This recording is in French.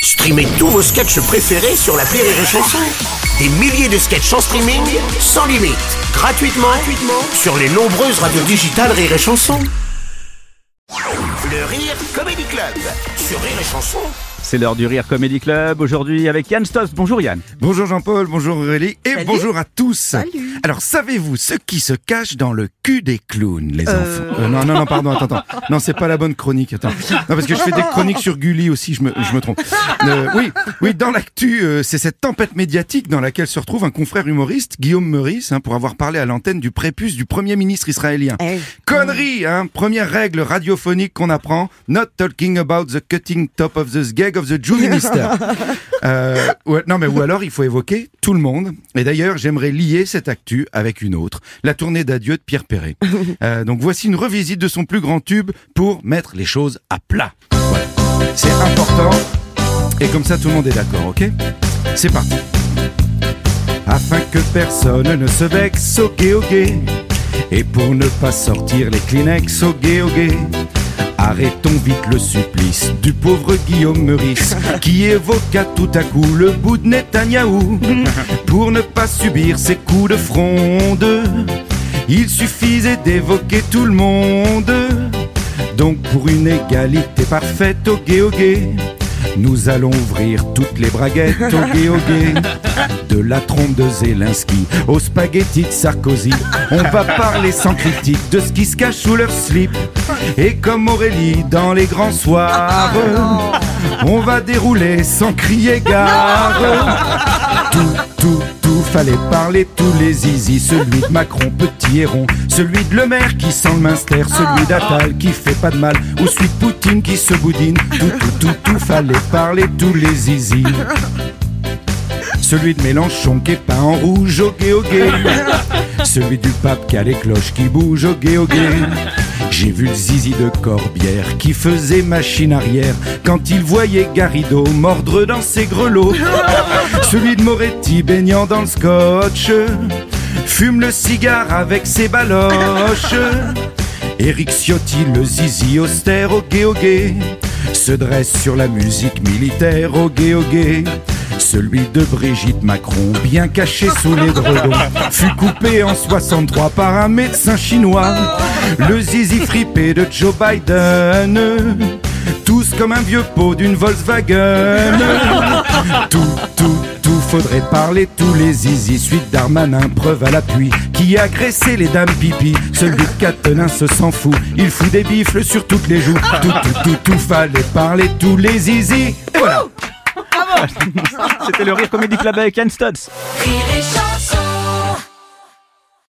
Streamez tous vos sketchs préférés sur l'appli Rire et Chanson. Des milliers de sketchs en streaming, sans limite, gratuitement sur les nombreuses radios digitales Rire et Chanson. Le Rire Comedy Club sur Rire et Chanson. C'est l'heure du Rire Comedy Club, aujourd'hui avec Yann Stoss. Bonjour Yann. Bonjour Jean-Paul, bonjour Aurélie et Salut. bonjour à tous. Salut. Alors savez-vous ce qui se cache dans le cul des clowns, les enfants? Non, pardon, attends. Non, c'est pas la bonne chronique, attends. Non, parce que je fais des chroniques sur Gulli aussi, je me trompe. Oui, dans l'actu, c'est cette tempête médiatique dans laquelle se retrouve un confrère humoriste, Guillaume Meurice, pour avoir parlé à l'antenne du prépuce du Premier ministre israélien. Connerie, première règle radiophonique qu'on apprend, not talking about the cutting top of the gag of the Jew minister. Ou alors il faut évoquer tout le monde. Et d'ailleurs, j'aimerais lier cette actu avec une autre, la tournée d'adieu de Pierre Perret. Donc voici une revisite de son plus grand tube pour mettre les choses à plat. Voilà. C'est important. Et comme ça, tout le monde est d'accord, ok ? C'est parti. Afin que personne ne se vexe, ok. Et pour ne pas sortir les Kleenex, ok. Arrêtons vite le supplice du pauvre Guillaume Meurice qui évoqua tout à coup le bout de Netanyahou. Pour ne pas subir ses coups de fronde, il suffisait d'évoquer tout le monde. Donc pour une égalité parfaite, ok, nous allons ouvrir toutes les braguettes, ok. De la trompe de Zelensky aux spaghettis de Sarkozy, on va parler sans critique de ce qui se cache sous leur slip. Et comme Aurélie dans les grands soirs, on va dérouler sans crier gare. Tout, fallait parler tous les zizi. Celui de Macron, petit et rond, celui de Le Maire qui sent le minster, celui d'Attal qui fait pas de mal, ou celui de Poutine qui se boudine. Tout, fallait parler tous les zizi. Celui de Mélenchon qui est peint en rouge, ok. Celui du pape qui a les cloches qui bougent, ok. J'ai vu le zizi de Corbière qui faisait machine arrière quand il voyait Garrido mordre dans ses grelots. Celui de Moretti baignant dans le scotch fume le cigare avec ses baloches. Éric Ciotti, le zizi austère, ok. Se dresse sur la musique militaire, ok. Celui de Brigitte Macron, bien caché sous les dragons, fut coupé en 63 par un médecin chinois. Le zizi fripé de Joe Biden, tous comme un vieux pot d'une Volkswagen. Tout, faudrait parler tous les zizi. Suite Darmanin, preuve à l'appui, qui agressait les dames pipi. Celui de Catenin se s'en fout, il fout des bifles sur toutes les joues. Tout, fallait parler tous les zizi. Et voilà. C'était le Rire Comedy Club avec Yann Stoss. Rire et Chanson.